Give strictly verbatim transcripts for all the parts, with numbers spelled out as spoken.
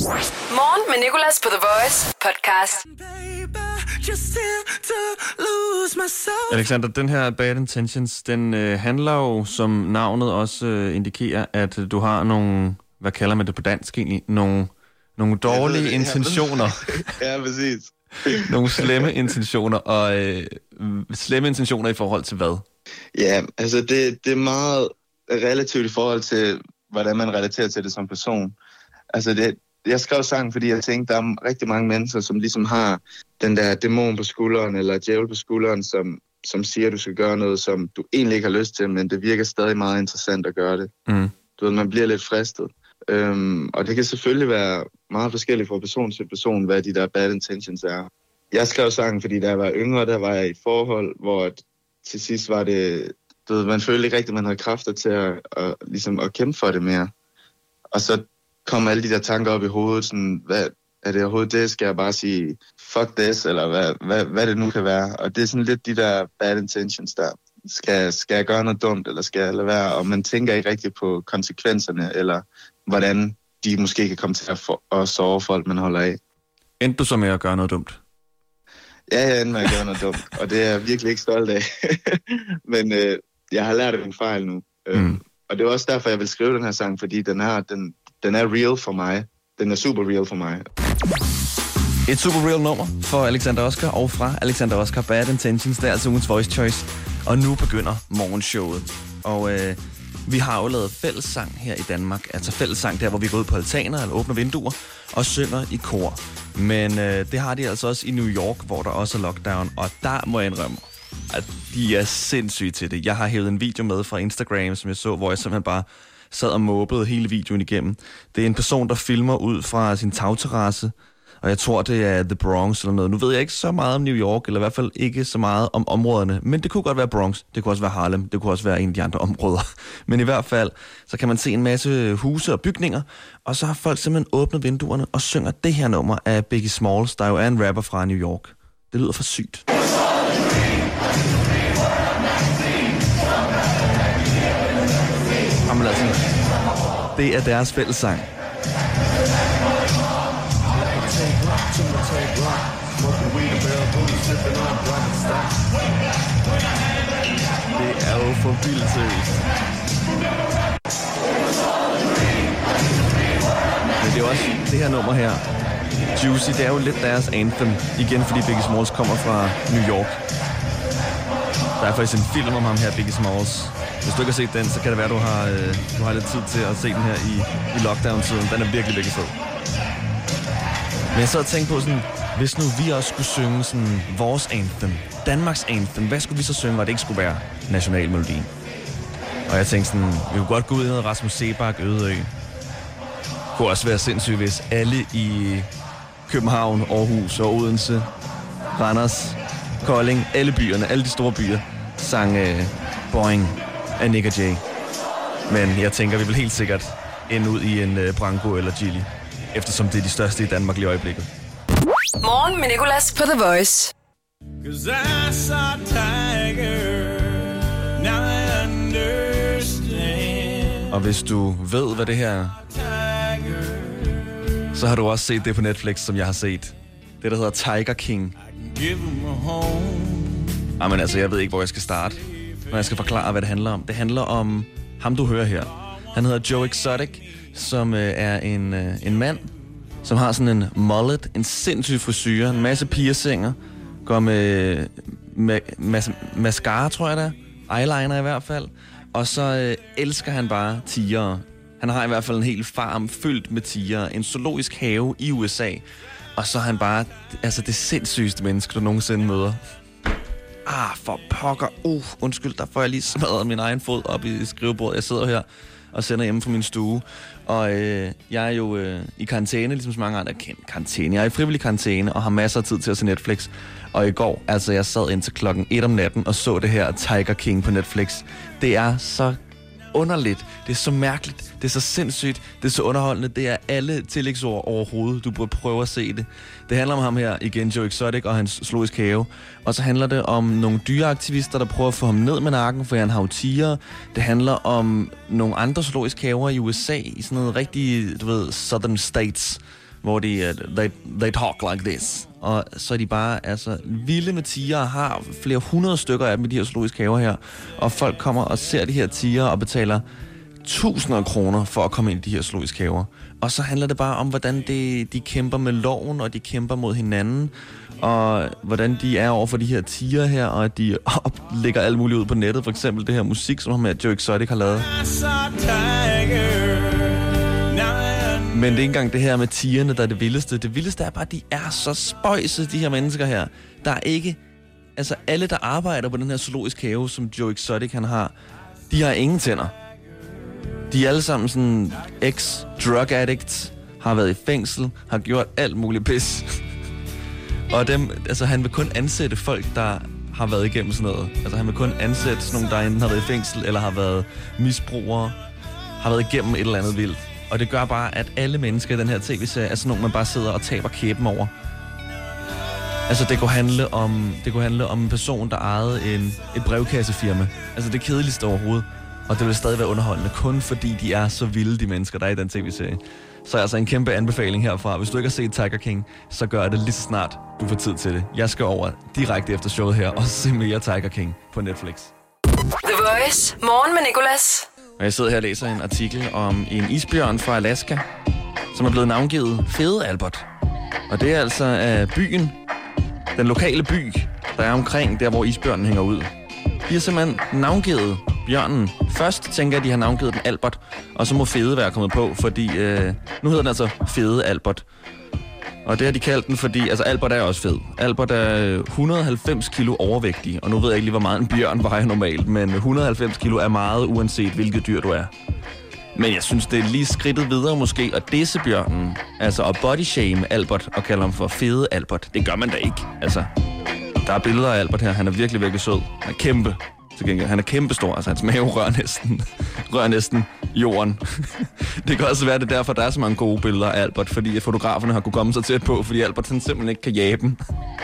Morgen med Nicolas på The Voice podcast. Alexander, den her Bad Intentions, den øh, handler jo, som navnet også øh, indikerer, at du har nogle, hvad kalder man det på dansk egentlig, nogle, nogle dårlige det, intentioner. Ja, præcis. Nogle slemme intentioner, og øh, slemme intentioner i forhold til hvad? Ja, altså det, det er meget relativt i forhold til, hvordan man relaterer til det som person. Altså det, jeg skrev sangen, fordi jeg tænkte, der er rigtig mange mennesker, som ligesom har den der dæmon på skulderen, eller djævel på skulderen, som, som siger, at du skal gøre noget, som du egentlig ikke har lyst til, men det virker stadig meget interessant at gøre det. Mm. Du ved, man bliver lidt fristet. Øhm, og det kan selvfølgelig være meget forskelligt fra person til person, hvad de der bad intentions er. Jeg skrev sangen, fordi da jeg var yngre, der var jeg i forhold, hvor til sidst var det, du ved, man følte ikke rigtigt, at man havde kræfter til at, at, ligesom at kæmpe for det mere. Og så kom alle de der tanker op i hovedet, sådan, hvad er det overhovedet det? Skal jeg bare sige, fuck this, eller hvad, hvad, hvad det nu kan være? Og det er sådan lidt de der bad intentions der. Skal, skal jeg gøre noget dumt, eller skal jeg lade være? Og man tænker ikke rigtig på konsekvenserne, eller hvordan de måske kan komme til at, for, at sove folk, man holder af. Endte du så med at gøre noget dumt? Ja, jeg endte med at gøre noget dumt, og det er jeg virkelig ikke stolt af. Men øh, jeg har lært af min fejl nu. Mm. Øhm, og det er også derfor, jeg vil skrive den her sang, fordi den her, den, den er real for mig. Den er super real for mig. Et super real nummer for Alexander Oscar og fra Alexander Oscar, Bad Intentions. Det er altså ugens Voice Choice. Og nu begynder morgenshowet. Og øh, vi har jo lavet fællessang her i Danmark. Altså fællessang der, hvor vi går ud på altaner eller åbner vinduer og synger i kor. Men øh, det har de altså også i New York, hvor der også er lockdown. Og der må jeg indrømme, at de er sindssyge til det. Jeg har hævet en video med fra Instagram, som jeg så, hvor jeg simpelthen bare sad og måbede hele videoen igennem. Det er en person, der filmer ud fra sin tagterrasse, og jeg tror, det er The Bronx eller noget. Nu ved jeg ikke så meget om New York, eller i hvert fald ikke så meget om områderne, men det kunne godt være Bronx, det kunne også være Harlem, det kunne også være en af de andre områder. Men i hvert fald, så kan man se en masse huse og bygninger, og så har folk simpelthen åbnet vinduerne og synger det her nummer af Biggie Smalls, der jo er en rapper fra New York. Det lyder for sygt. Jamen altså, det er deres fællessang. Det er jo for vildt seriøst. Men det er også det her nummer her, Juicy, det er jo lidt deres anthem. Igen fordi Biggie Smalls kommer fra New York. Der er faktisk en film om ham her, Biggie Smalls. Hvis du ikke har set den, så kan det være, du har, øh, du har lidt tid til at se den her i, i lockdown-tiden. Den er virkelig, virkelig fed. Men jeg sad og tænkte på sådan, hvis nu vi også skulle synge sådan vores anthem, Danmarks anthem, hvad skulle vi så synge, og det ikke skulle være nationalmelodien? Og jeg tænkte sådan, vi kunne godt gå ud i noget Rasmus Seebach, Ødeø. Det kunne også være sindssygt, hvis alle i København, Aarhus og Odense, Randers, Kolding, alle byerne, alle de store byer, sang øh, Boing af Nick og Jay. Men jeg tænker, vi vil helt sikkert ende ud i en øh, Branko eller Gilly, eftersom det er de største i Danmark lige i øjeblikket. Morgen med Nicolas på The Voice. Og hvis du ved, hvad det her er, så har du også set det på Netflix, som jeg har set. Det, der hedder Tiger King. Jamen altså, jeg ved ikke, hvor jeg skal starte, når jeg skal forklare, hvad det handler om. Det handler om ham, du hører her. Han hedder Joe Exotic, som øh, er en, øh, en mand, som har sådan en mullet, en sindssyg frisyre, en masse piercinger, går med, med mas, mascara, tror jeg det er, eyeliner i hvert fald, og så øh, elsker han bare tigere. Han har i hvert fald en hel farm fyldt med tigere, en zoologisk have i U S A, og så er han bare altså det sindssygeste menneske, du nogensinde møder. Ah, for pokker. Uh, undskyld, der får jeg lige smadret min egen fod op i skrivebordet. Jeg sidder her og sender hjemme fra min stue. Og øh, jeg er jo øh, i karantæne, ligesom så mange andre. Karantæne. Jeg er i frivillig karantæne og har masser af tid til at se Netflix. Og i går, altså jeg sad indtil klokken et om natten og så det her Tiger King på Netflix. Det er så underligt. Det er så mærkeligt. Det er så sindssygt. Det er så underholdende. Det er alle tillægsord overhovedet. Du burde prøve at se det. Det handler om ham her, igen, Joe Exotic og hans zoologisk have. Og så handler det om nogle dyreaktivister, der prøver at få ham ned med nakken, for han har jo tiger. Det handler om nogle andre zoologiske haver i U S A, i sådan noget rigtig, du ved, Southern States, hvor de, uh, they, they talk like this. Og så er de bare altså vilde med tiger og har flere hundrede stykker af dem i de her zoologiske haver her. Og folk kommer og ser de her tiger og betaler tusinder af kroner for at komme ind i de her zoologiske haver. Og så handler det bare om, hvordan de, de kæmper med loven, og de kæmper mod hinanden, og hvordan de er over for de her tiger her, og at de lægger alt muligt ud på nettet. For eksempel det her musik, som med Joe Exotic har lavet. Men det er ikke engang det her med tigerne, der er det vildeste. Det vildeste er bare, at de er så spøjse, de her mennesker her. Der er ikke... Altså, alle, der arbejder på den her zoologiske have, som Joe Exotic han har, de har ingen tænder. De er alle sammen sådan ex-drug addicts, har været i fængsel, har gjort alt muligt pis. Og dem, altså, han vil kun ansætte folk, der har været igennem sådan noget. Altså, han vil kun ansætte sådan nogle, der enten har været i fængsel, eller har været misbrugere, har været igennem et eller andet vildt. Og det gør bare, at alle mennesker i den her tv-serie er sådan nogle, man bare sidder og taber kæben over. Altså, det kunne handle om, det kunne handle om en person, der ejede en, et brevkassefirma. Altså, det kedeligste overhovedet. Og det vil stadig være underholdende, kun fordi de er så vilde, de mennesker, der er i den tv-serie. Så altså en kæmpe anbefaling herfra. Hvis du ikke har set Tiger King, så gør det lige så snart, du får tid til det. Jeg skal over direkte efter showet her og se mere Tiger King på Netflix. The Voice. Morgen med Nicolas. Og jeg sidder her og læser en artikel om en isbjørn fra Alaska, som er blevet navngivet Fede Albert. Og det er altså af byen, den lokale by, der er omkring der, hvor isbjørnen hænger ud. De har simpelthen navngivet bjørnen. Først tænker jeg, at de har navngivet den Albert, og så må Fede være kommet på, fordi øh, nu hedder den altså Fede Albert. Og det har de kaldt den, fordi altså Albert er også fed. Albert er et hundrede og halvfems kilo overvægtig, og nu ved jeg ikke lige, hvor meget en bjørn vejer normalt, men et hundrede og halvfems kilo er meget, uanset hvilket dyr du er. Men jeg synes, det er lige skridtet videre måske, og disse bjørnen, altså at bodyshame Albert og kalde ham for Fede Albert, det gør man da ikke. Altså, der er billeder af Albert her, han er virkelig, virkelig sød. Han er kæmpe. Til gengæld. Han er kæmpestor, altså hans mave rører næsten, rører næsten jorden. Det kan også være, det derfor, der er så mange gode billeder af Albert, fordi fotograferne har kunne komme så tæt på, fordi Albert han simpelthen ikke kan jage dem.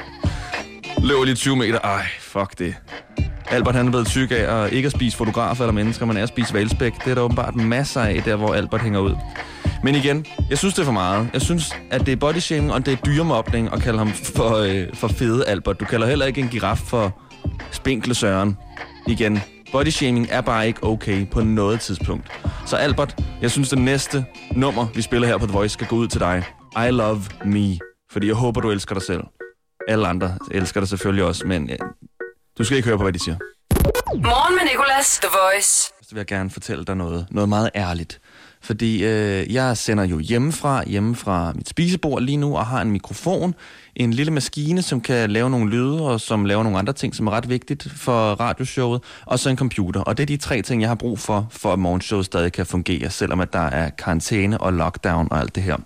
Løber lige tyve meter. Ej, fuck det. Albert han er blevet tyk af at ikke at spise fotografer eller mennesker, men er at spise hvalspæk. Det er der åbenbart masser af, der hvor Albert hænger ud. Men igen, jeg synes, det er for meget. Jeg synes, at det er bodyshaming, og det er dyremobning at kalde ham for, øh, for Fede Albert. Du kalder heller ikke en giraf for Spinkle Søren. Igen, bodyshaming er bare ikke okay på noget tidspunkt. Så Albert, jeg synes, det næste nummer, vi spiller her på The Voice, skal gå ud til dig. I love me. Fordi jeg håber, du elsker dig selv. Alle andre elsker dig selvfølgelig også, men ja, du skal ikke høre på, hvad de siger. Morgen med Nicolas, The Voice. Så vil jeg gerne fortælle dig noget, noget meget ærligt. Fordi øh, jeg sender jo hjemmefra, hjemmefra mit spisebord lige nu, og har en mikrofon, en lille maskine, som kan lave nogle lyde, og som laver nogle andre ting, som er ret vigtigt for radioshowet, og så en computer. Og det er de tre ting, jeg har brug for, for at morgenshowet stadig kan fungere, selvom at der er karantæne og lockdown og alt det her.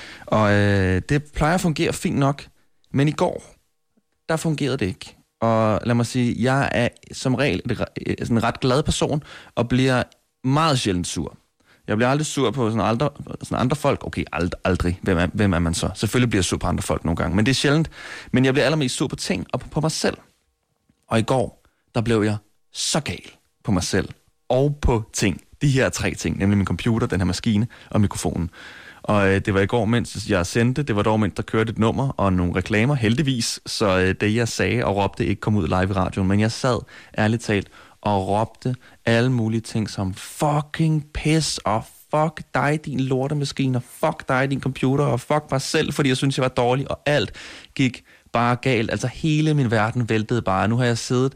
Og øh, det plejer at fungere fint nok, men i går, der fungerede det ikke. Og lad mig sige, jeg er som regel en ret glad person, og bliver meget sjældent sur. Jeg bliver aldrig sur på sådan andre, sådan andre folk. Okay, ald- aldrig. Hvem er, hvem er man så? Selvfølgelig bliver jeg sur på andre folk nogle gange, men det er sjældent. Men jeg bliver allermest sur på ting og på, på mig selv. Og i går, der blev jeg så gal på mig selv og på ting. De her tre ting, nemlig min computer, den her maskine og mikrofonen. Og øh, det var i går, mens jeg sendte. Det var dog, mens der kørte et nummer og nogle reklamer, heldigvis. Så øh, det, jeg sagde og råbte, ikke kom ud live i radioen. Men jeg sad, ærligt talt, og råbte alle mulige ting som fucking piss, og fuck dig, din lortemaskine, og fuck dig, din computer, og fuck mig selv, fordi jeg synes, jeg var dårlig, og alt gik bare galt. Altså hele min verden væltede bare. Nu har jeg siddet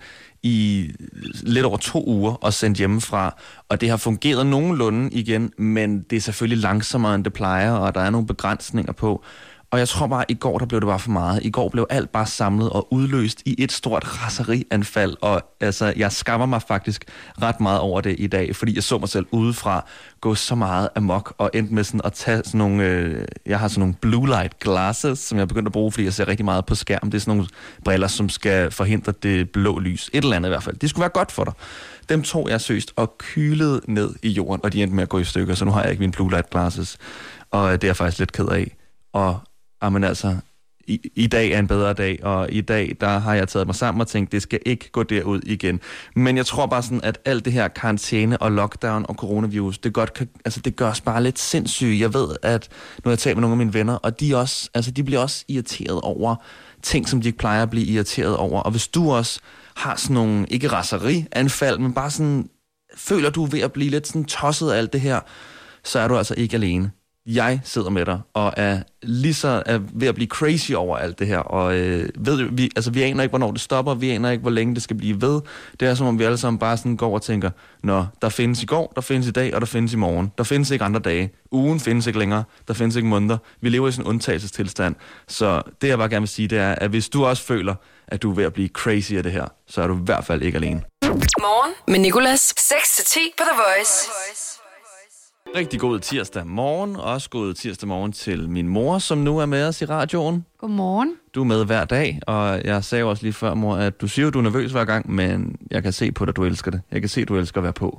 i lidt over to uger og sendt hjemmefra, og det har fungeret nogenlunde igen, men det er selvfølgelig langsommere, end det plejer, og der er nogle begrænsninger på. Og jeg tror bare, at i går, der blev det bare for meget. I går blev alt bare samlet og udløst i et stort raserianfald, og altså, jeg skammer mig faktisk ret meget over det i dag, fordi jeg så mig selv udefra gå så meget amok, og endte med sådan at tage sådan nogle, øh, jeg har sådan nogle blue light glasses, som jeg er begyndt at bruge, fordi jeg ser rigtig meget på skærm. Det er sådan nogle briller, som skal forhindre det blå lys. Et eller andet i hvert fald. Det skulle være godt for dig. Dem tog jeg søst og kylede ned i jorden, og de endte med at gå i stykker, så nu har jeg ikke mine blue light glasses, og det er jeg faktisk lidt ked af. Og Jamen altså, i, i dag er en bedre dag, og i dag, der har jeg taget mig sammen og tænkt, det skal ikke gå derud igen. Men jeg tror bare sådan, at alt det her karantæne og lockdown og coronavirus, det, godt kan, altså det gør os bare lidt sindssyge. Jeg ved, at nu har jeg talt med nogle af mine venner, og de, også, altså de bliver også irriteret over ting, som de ikke plejer at blive irriteret over. Og hvis du også har sådan nogle, ikke raserianfald, men bare sådan, føler du er ved at blive lidt sådan tosset af alt det her, så er du altså ikke alene. Jeg sidder med dig, og er lige så er ved at blive crazy over alt det her, og øh, ved, vi, altså, vi aner ikke, hvornår det stopper, vi aner ikke, hvor længe det skal blive ved. Det er som om, vi alle sammen bare sådan går og tænker, nå, der findes i går, der findes i dag, og der findes i morgen. Der findes ikke andre dage. Ugen findes ikke længere, der findes ikke måneder. Vi lever i sådan en undtagelsestilstand. Så det, jeg bare gerne vil sige, det er, at hvis du også føler, at du er ved at blive crazy af det her, så er du i hvert fald ikke alene. Morgen med Nicolas. seks til ti på The Voice. Rigtig god tirsdag morgen, og også god tirsdag morgen til min mor, som nu er med os i radioen. Godmorgen. Du er med hver dag, og jeg sagde også lige før, mor, at du siger, at du er nervøs hver gang, men jeg kan se på dig, at du elsker det. Jeg kan se, at du elsker at være på.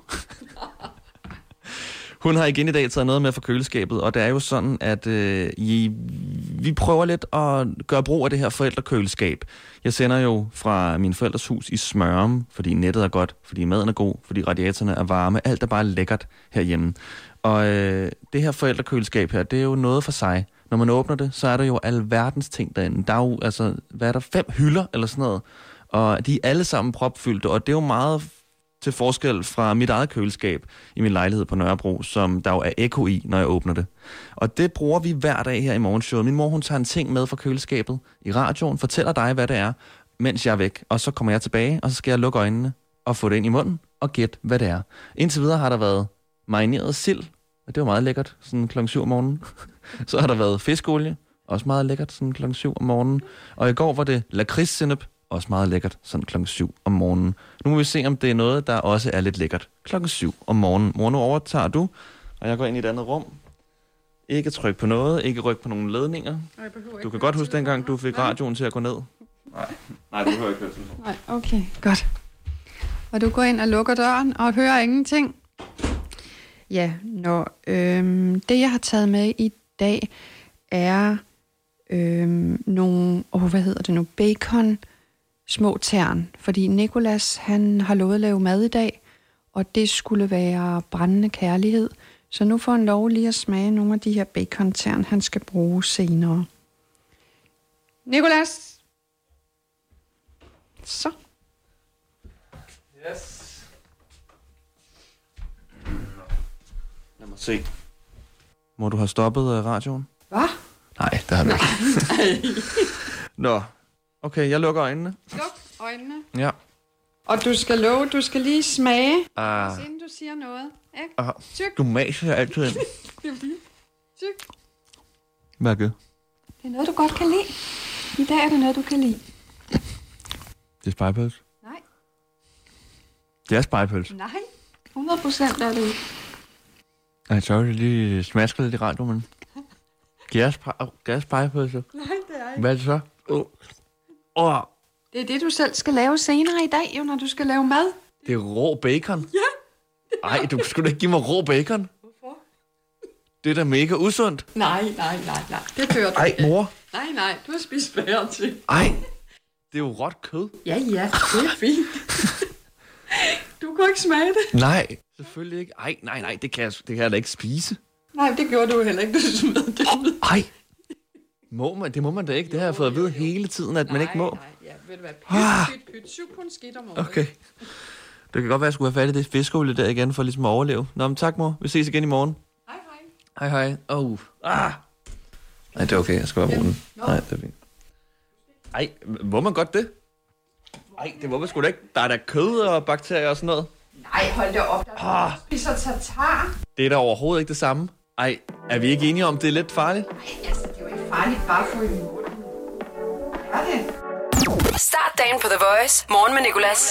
Hun har igen i dag taget noget med fra køleskabet, og det er jo sådan, at øh, I, vi prøver lidt at gøre brug af det her forældrekøleskab. Jeg sender jo fra min forældres hus i Smørum, fordi nettet er godt, fordi maden er god, fordi radiatorerne er varme. Alt er bare lækkert herhjemme. Og øh, det her forældrekøleskab her, det er jo noget for sig. Når man åbner det, så er der jo alverdens ting derinde. Der er jo, altså, hvad er der, fem hylder eller sådan noget. Og de er alle sammen propfyldte, og det er jo meget til forskel fra mit eget køleskab i min lejlighed på Nørrebro, som der jo er ekko i, når jeg åbner det. Og det bruger vi hver dag her i morgenshowet. Min mor, hun tager en ting med fra køleskabet i radioen, fortæller dig, hvad det er, mens jeg er væk. Og så kommer jeg tilbage, og så skal jeg lukke øjnene og få det ind i munden og gætte, hvad det er. Indtil videre har der været marineret sild, og det var meget lækkert, sådan klokken syv om morgenen. Så har der været fiskolie, også meget lækkert, sådan klokken syv om morgenen. Og i går var det lakridssennep, også meget lækkert, sådan klokken syv om morgenen. Nu må vi se, om det er noget, der også er lidt lækkert. Klokken syv om morgenen. Mor, nu overtager du, og jeg går ind i et andet rum. Ikke tryk på noget, ikke ryk på nogle ledninger. Du kan godt huske dengang, du fik radioen til at gå ned. Nej, nej, du behøver ikke høre telefonen. Nej, okay, godt. Og du går ind og lukker døren og hører ingenting. Ja, når øhm, det, jeg har taget med i dag, er øhm, nogle, åh, hvad hedder det nu, bacon små tern. Fordi Nicolas, han har lovet at lave mad i dag, og det skulle være brændende kærlighed. Så nu får han lov lige at smage nogle af de her bacon tern, han skal bruge senere. Nicolas! Så. Yes. Lad mig se. Må du have stoppet uh, radioen? Hvad? Nej, det har du ikke. Nå, okay, jeg lukker øjnene. Luk øjnene. Ja. Og du skal love, du skal lige smage, Ah. uh, inden du siger noget. Ikke? Ah. Tyk. Du maser altid ind. Tyk. Hvad er det? Det er noget, du godt kan lide. I dag er det noget, du kan lide. Det er spejepølse. Nej. Det er spejepølse. Nej. hundrede procent er det ikke. Jeg tror, det lige smasker lidt i radioen, men... Gas spejepølse. Nej, det er ikke. Hvad er det så? Åh. Oh. Oh. Det er det, du selv skal lave senere i dag, jo, når du skal lave mad. Det er rå bacon? Ja. Ej, du skulle da ikke give mig rå bacon. Hvorfor? Det er da mega usundt. Nej, nej, nej, nej. Det fører du Ej, ikke. mor. Nej, nej, du har spist færre til. Ej, det er jo råt kød. Ja, ja, det er fint. Du kan ikke smage det. Nej, selvfølgelig ikke. Ej, nej, nej, det kan jeg, det kan jeg da ikke spise. Nej, det gjorde du heller ikke, du smed det ud. Ej, må man, det må man da ikke. Det har jeg fået at vide hele tiden, at man ikke må. Nej, ja, ved du hvad, pyt, pyt, pyt, syv pund skidt om året. Okay. Det kan godt være, at jeg skulle have fat i det fiskolie der igen, for ligesom at overleve. Nå, men tak, mor. Vi ses igen i morgen. Hej, hej. Hej, hej. Åh, oh. ah. Nej, det er okay. Jeg skal bare bruge den. Nej, det er fint. Ej, må man godt det? Ej, det må man sgu da ikke. Der er da kød og bakterier og sådan noget. Nej, hold da op. Der Ah. spiser tartar. Det er da overhovedet ikke det samme. Ej, er vi ikke enige om, det er lidt farligt? Nej, altså, det er jo ikke farligt bare at få i munden. Er det? Start dagen på The Voice. Morgen med Nicolas.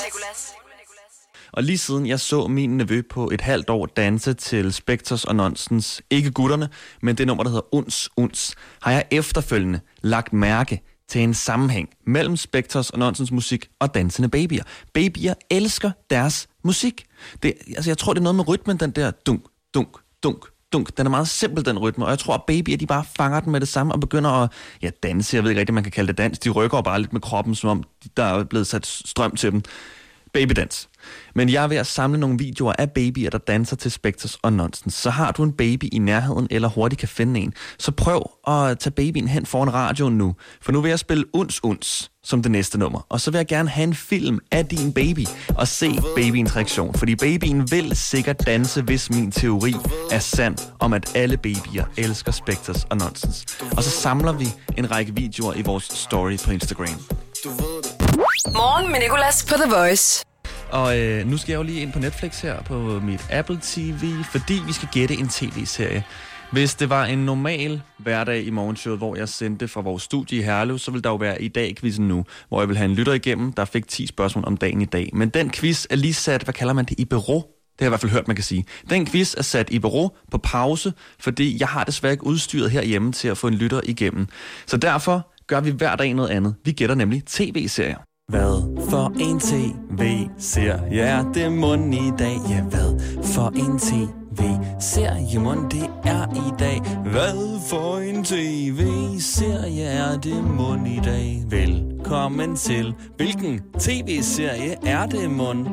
Og lige siden jeg så min nevø på et halvt år danse til Spectors og Nonsens, ikke gutterne, men det nummer, der hedder Uns Uns, har jeg efterfølgende lagt mærke til en sammenhæng mellem Spectors og Nonsens musik og dansende babyer. Babyer elsker deres musik. Det, altså, jeg tror, det er noget med rytmen, den der dunk, dunk, dunk, dunk. Den er meget simpel, den rytme, og jeg tror, at babyer, de bare fanger den med det samme og begynder at ja, danse. Jeg ved ikke rigtig, man kan kalde det dans. De rykker bare lidt med kroppen, som om der er blevet sat strøm til dem. Babydans. Men jeg er ved at samle nogle videoer af babyer, der danser til Specktors og Nonsens. Så har du en baby i nærheden, eller hurtigt kan finde en, så prøv at tage babyen hen foran radioen nu. For nu vil jeg spille Uns Uns som det næste nummer. Og så vil jeg gerne have en film af din baby og se babyens reaktion. Fordi babyen vil sikkert danse, hvis min teori er sand om, at alle babyer elsker Specktors og Nonsens. Og så samler vi en række videoer i vores story på Instagram. Morgen med Nicolas på The Voice. Og øh, nu skal jeg jo lige ind på Netflix her på mit Apple T V, fordi vi skal gætte en tv-serie. Hvis det var en normal hverdag i morgenshowet, hvor jeg sendte fra vores studie i Herlev, så ville der jo være i dag-quizzen nu, hvor jeg vil have en lytter igennem, der fik ti spørgsmål om dagen i dag. Men den quiz er lige sat, hvad kalder man det, i bero? Det har jeg i hvert fald hørt, man kan sige. Den quiz er sat i bero på pause, fordi jeg har desværre ikke udstyret herhjemme til at få en lytter igennem. Så derfor gør vi hver dag noget andet. Vi gætter nemlig tv-serier. Hvad for en tv-serie er det mund i dag? Ja, hvad for en tv-serie mund det er i dag? Hvad for en tv-serie er det mund i dag? Velkommen til. Hvilken tv-serie er det mund?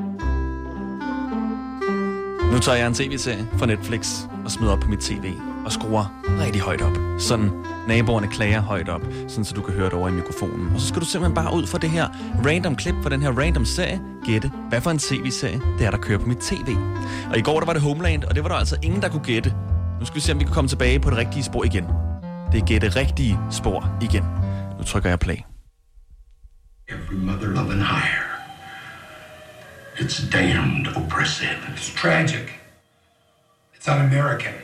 Nu tager jeg en tv-serie fra Netflix og smider op på mit tv og skruer rigtig højt op. Sådan naboerne klager højt op, sådan så du kan høre det over i mikrofonen. Og så skal du simpelthen bare ud fra det her random klip fra den her random serie, gætte, hvad for en tv-serie det er, der kører på mit tv. Og i går der var det Homeland, og det var der altså ingen, der kunne gætte. Nu skal vi se, om vi kan komme tilbage på det rigtige spor igen. Det er gætte rigtige spor igen. Nu trykker jeg play. Every mother love and hire. It's damned oppressive. It's tragic. It's un-American.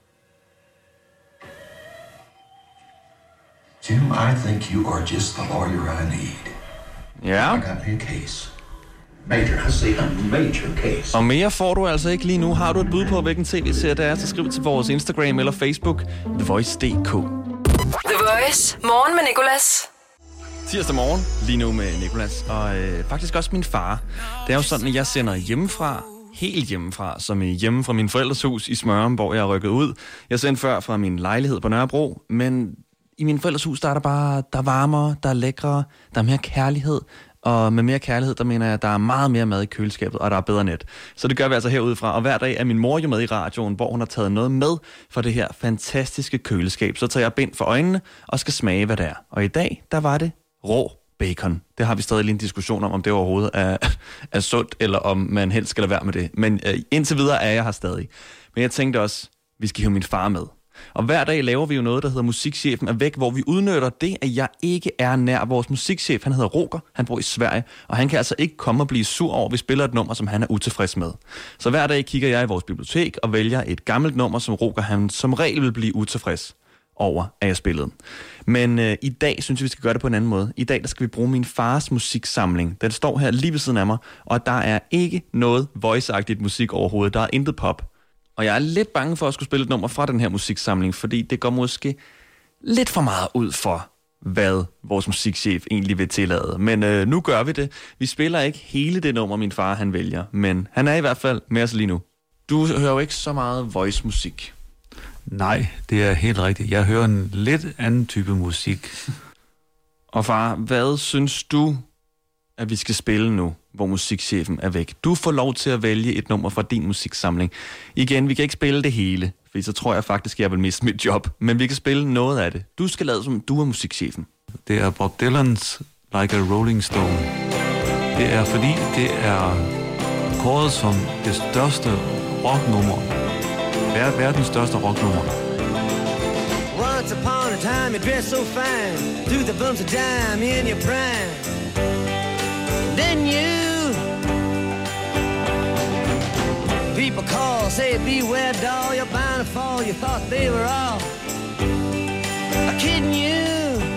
Jim, I think you are just the lawyer I need. Ja. I got me a case. Major, I say a major case. Og mere får du altså ikke lige nu. Har du et bud på, hvilken tv-serie det er, så skriv til vores Instagram eller Facebook, The Voice punktum d k. The Voice. Morgen med Nicolas. Tirsdag morgen, lige nu med Nicolas, og øh, faktisk også min far. Det er jo sådan, at jeg sender hjemmefra, helt hjemmefra, som i hjemme fra min forældres hus i Smørum, hvor jeg er rykket ud. Jeg sendte før fra min lejlighed på Nørrebro, men i min forældres hus, der er der bare, der er varmere, der er lækre, der er mere kærlighed. Og med mere kærlighed, der mener jeg, at der er meget mere mad i køleskabet, og der er bedre net. Så det gør vi altså herudefra. Og hver dag er min mor jo med i radioen, hvor hun har taget noget med for det her fantastiske køleskab. Så tager jeg bind for øjnene og skal smage, hvad det er. Og i dag, der var det rå bacon. Det har vi stadig lige en diskussion om, om det overhovedet er, er sundt, eller om man helst skal lade være med det. Men øh, indtil videre er jeg her stadig. Men jeg tænkte også, vi skal hive min far med. Og hver dag laver vi jo noget, der hedder Musikchefen er væk, hvor vi udnytter det, at jeg ikke er nær vores musikchef. Han hedder Roger, han bor i Sverige, og han kan altså ikke komme og blive sur over, at vi spiller et nummer, som han er utilfreds med. Så hver dag kigger jeg i vores bibliotek og vælger et gammelt nummer, som Roger han som regel vil blive utilfreds over, at jeg spillede. Men øh, i dag synes jeg, vi skal gøre det på en anden måde. I dag der skal vi bruge min fars musiksamling. Den står her lige ved siden af mig, og der er ikke noget voice-agtigt musik overhovedet. Der er intet pop. Og jeg er lidt bange for at skulle spille et nummer fra den her musiksamling, fordi det går måske lidt for meget ud for, hvad vores musikchef egentlig vil tillade. Men øh, nu gør vi det. Vi spiller ikke hele det nummer, min far han vælger, men han er i hvert fald med os lige nu. Du hører jo ikke så meget voice-musik. Nej, det er helt rigtigt. Jeg hører en lidt anden type musik. Og far, hvad synes du, at vi skal spille nu, hvor musikchefen er væk? Du får lov til at vælge et nummer fra din musiksamling. Igen, vi kan ikke spille det hele, for så tror jeg faktisk, at jeg vil miste mit job. Men vi kan spille noget af det. Du skal lade som, du er musikchefen. Det er Bob Dylan's Like a Rolling Stone. Det er fordi, det er kåret som det største rocknummer. Verdens største rocknummer. Once upon a time you dressed so fine, through the bumps of dime in your prime. Then you people call, say beware doll, you're bound to fall. You thought they were all kidding you.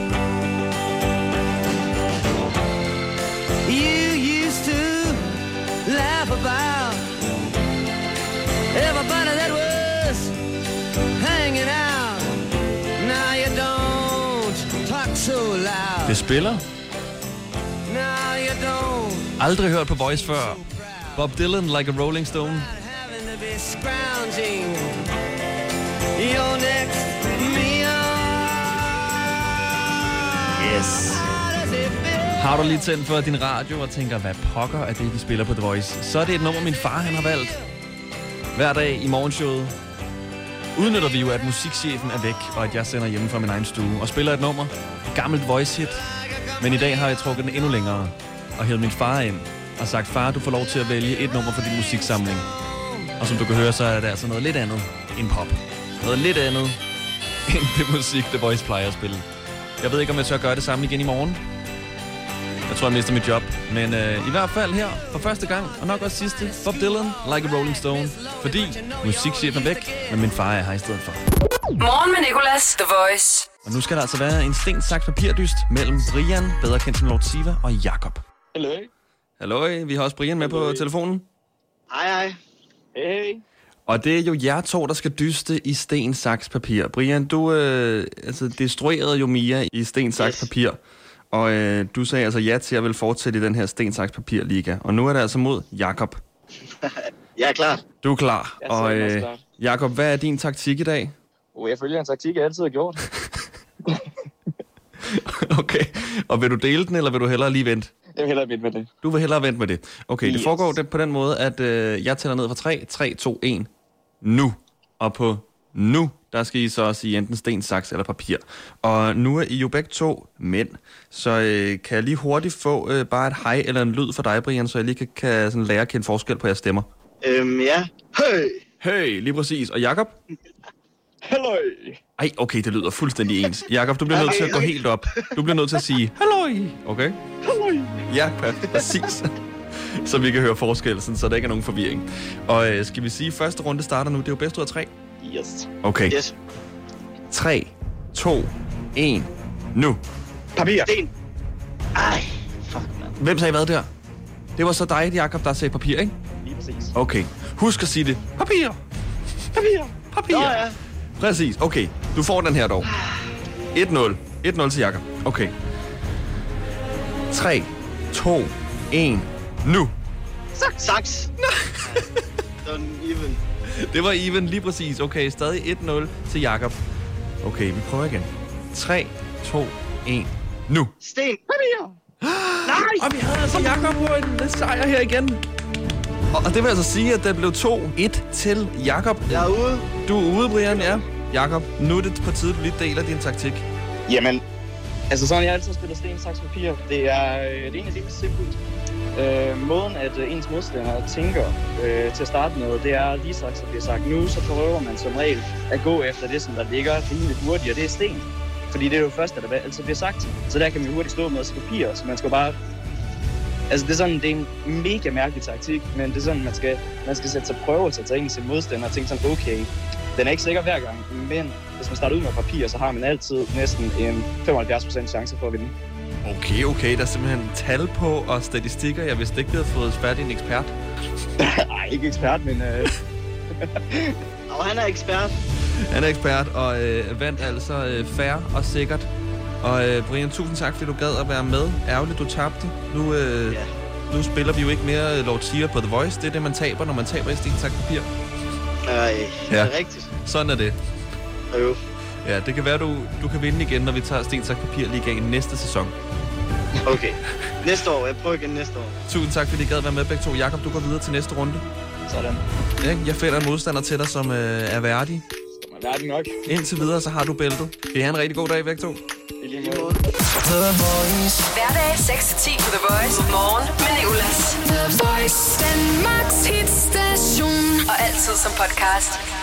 You used to laugh about everybody that was hanging out. Now you don't talk so loud. Det spiller. Now you don't. Aldrig hørt på Voice før. Bob Dylan, Like a Rolling Stone. You're next me. Yes. Har du lige tændt for din radio og tænker, hvad pokker er det, de spiller på The Voice? Så er det et nummer, min far han har valgt. Hver dag i morgenshowet udnytter vi jo, at musikchefen er væk, og at jeg sender hjemme fra min egen stue og spiller et nummer. Et gammelt Voice-hit. Men i dag har jeg trukket den endnu længere og hævet min far ind og sagt, far, du får lov til at vælge et nummer for din musiksamling. Og som du kan høre, så er det altså noget lidt andet end pop. Noget lidt andet end det musik, The Voice plejer at spille. Jeg ved ikke, om jeg tør gøre det samme igen i morgen. Jeg tror, jeg mister mit job. Men øh, i hvert fald her, for første gang, og nok også sidste, Bob Dylan, Like a Rolling Stone. Fordi musikchefen er væk, men min far er her i stedet for. Morgen med Nicolas, The Voice. Og nu skal der altså være en sten, saks, papirdyst mellem Brian, bedre kendt som Lord Siva, og Jakob. Hallo. Hallo, vi har også Brian med på telefonen. Hej, hej. Hey. Og det er jo jer to, der skal dyste i sten, saks, papir. Brian, du øh, altså, destruerede jo Mia i sten, saks, yes. papir. Og øh, du sagde altså ja til at vil fortsætte i den her sten, saks, papir liga. Og nu er det altså mod Jakob. Jeg er klar. Du er klar. Jeg og øh, Jakob, hvad er din taktik i dag? Oh, jeg følger en taktik, jeg altid har gjort. Okay. Og vil du dele den, eller vil du hellere lige vente? Jeg vil hellere vente med det. Du vil hellere vente med det. Okay, yes. Det foregår det på den måde, at øh, jeg tæller ned fra tre. tre, to, et. Nu. Og på nu, der skal I så også i enten sten, saks eller papir. Og nu er I jo begge to mænd. Så øh, kan jeg lige hurtigt få øh, bare et hej eller en lyd for dig, Brian, så jeg lige kan, kan sådan lære at kende forskel på jeres stemmer. Øhm, ja. Hey! Hey, lige præcis. Og Jakob? Halløj! Ej, okay, det lyder fuldstændig ens. Jakob, du bliver okay, nødt til at gå okay. helt op. Du bliver nødt til at sige, halløj! Okay? Halløj! Ja, præcis. Så vi kan høre forskellen, så der ikke er nogen forvirring. Og øh, skal vi sige, at første runde starter nu. Det er jo bedst ud af tre. Yes. Okay. Yes. tre, to, et. Nu. Papir. Sten. Ej, fuck, man. Hvem sagde hvad der? Det var så dig, Jakob, der sagde papir, ikke? Lige præcis. Okay. Husk at sige det. Papir. Papir. Papir. Nå, ja. Præcis. Okay. Du får den her dog. et nul. et nul til Jakob. Okay. tre, to, et. Nu. Saks. Saks. Don't even. Det var even, lige præcis. Okay, stadig et nul til Jakob. Okay, vi prøver igen. tre, to, et. Nu. Sten. Papir. Nej! Og vi havde altså Jakob på en sejr her igen. Og, og det vil altså sige, at det blev to et til Jakob. Jeg er ude. Du er ude, Brian, ja. Jakob, nu er det på tide, du lige deler din taktik. Jamen, altså sådan, jeg altid spiller sten, saks, papir. Det er, det er egentlig lidt simpelt. Øh, måden, at øh, ens modstander tænker øh, til at starte med, det er lige straks, at det bliver sagt nu, så prøver man som regel at gå efter det, som der ligger rimelig hurtigt, og det er sten. Fordi det er jo først, at der altid bliver sagt. Så der kan man hurtigt stå med os papir, så man skal bare... Altså det er sådan, det er en mega mærkelig taktik, men det er sådan, man skal, man skal sætte sig prøvelser til sin modstander og tænke sådan, okay, den er ikke sikker hver gang, men hvis man starter ud med papir, så har man altid næsten en femoghalvfjerds procent chance for at vinde. Okay, okay, der er simpelthen tal på og statistikker. Jeg vidste ikke, vi havde fået fat i en ekspert. Nej, ikke ekspert, men... Øh... Og han er ekspert. Han er ekspert og øh, vandt altså øh, fair og sikkert. Og øh, Brian, tusind tak, fordi du gad at være med. Ærgerligt, du tabte. Nu, øh, yeah. nu spiller vi jo ikke mere Lord Siva på The Voice. Det er det, man taber, når man taber i sten, saks, papir. Nej, det er rigtigt. Sådan er det. Jo. Ja, det kan være, du, du kan vinde igen, når vi tager sten, saks, papir ligaen næste sæson. Okay. Næste år. Jeg prøver igen næste år. Tusind tak, fordi I gad at være med begge to. Jakob, du går videre til næste runde. Sådan. Ja, jeg finder en modstander til dig, som øh, er værdig. Som er værdig nok. Indtil videre, så har du bæltet. Kan I have en rigtig god dag, begge to? I lige måde. The Voice. Hverdag seks til ti på The Voice. Morgen med Nicolas. The Voice. Danmarks hitstation. Og altid som podcast.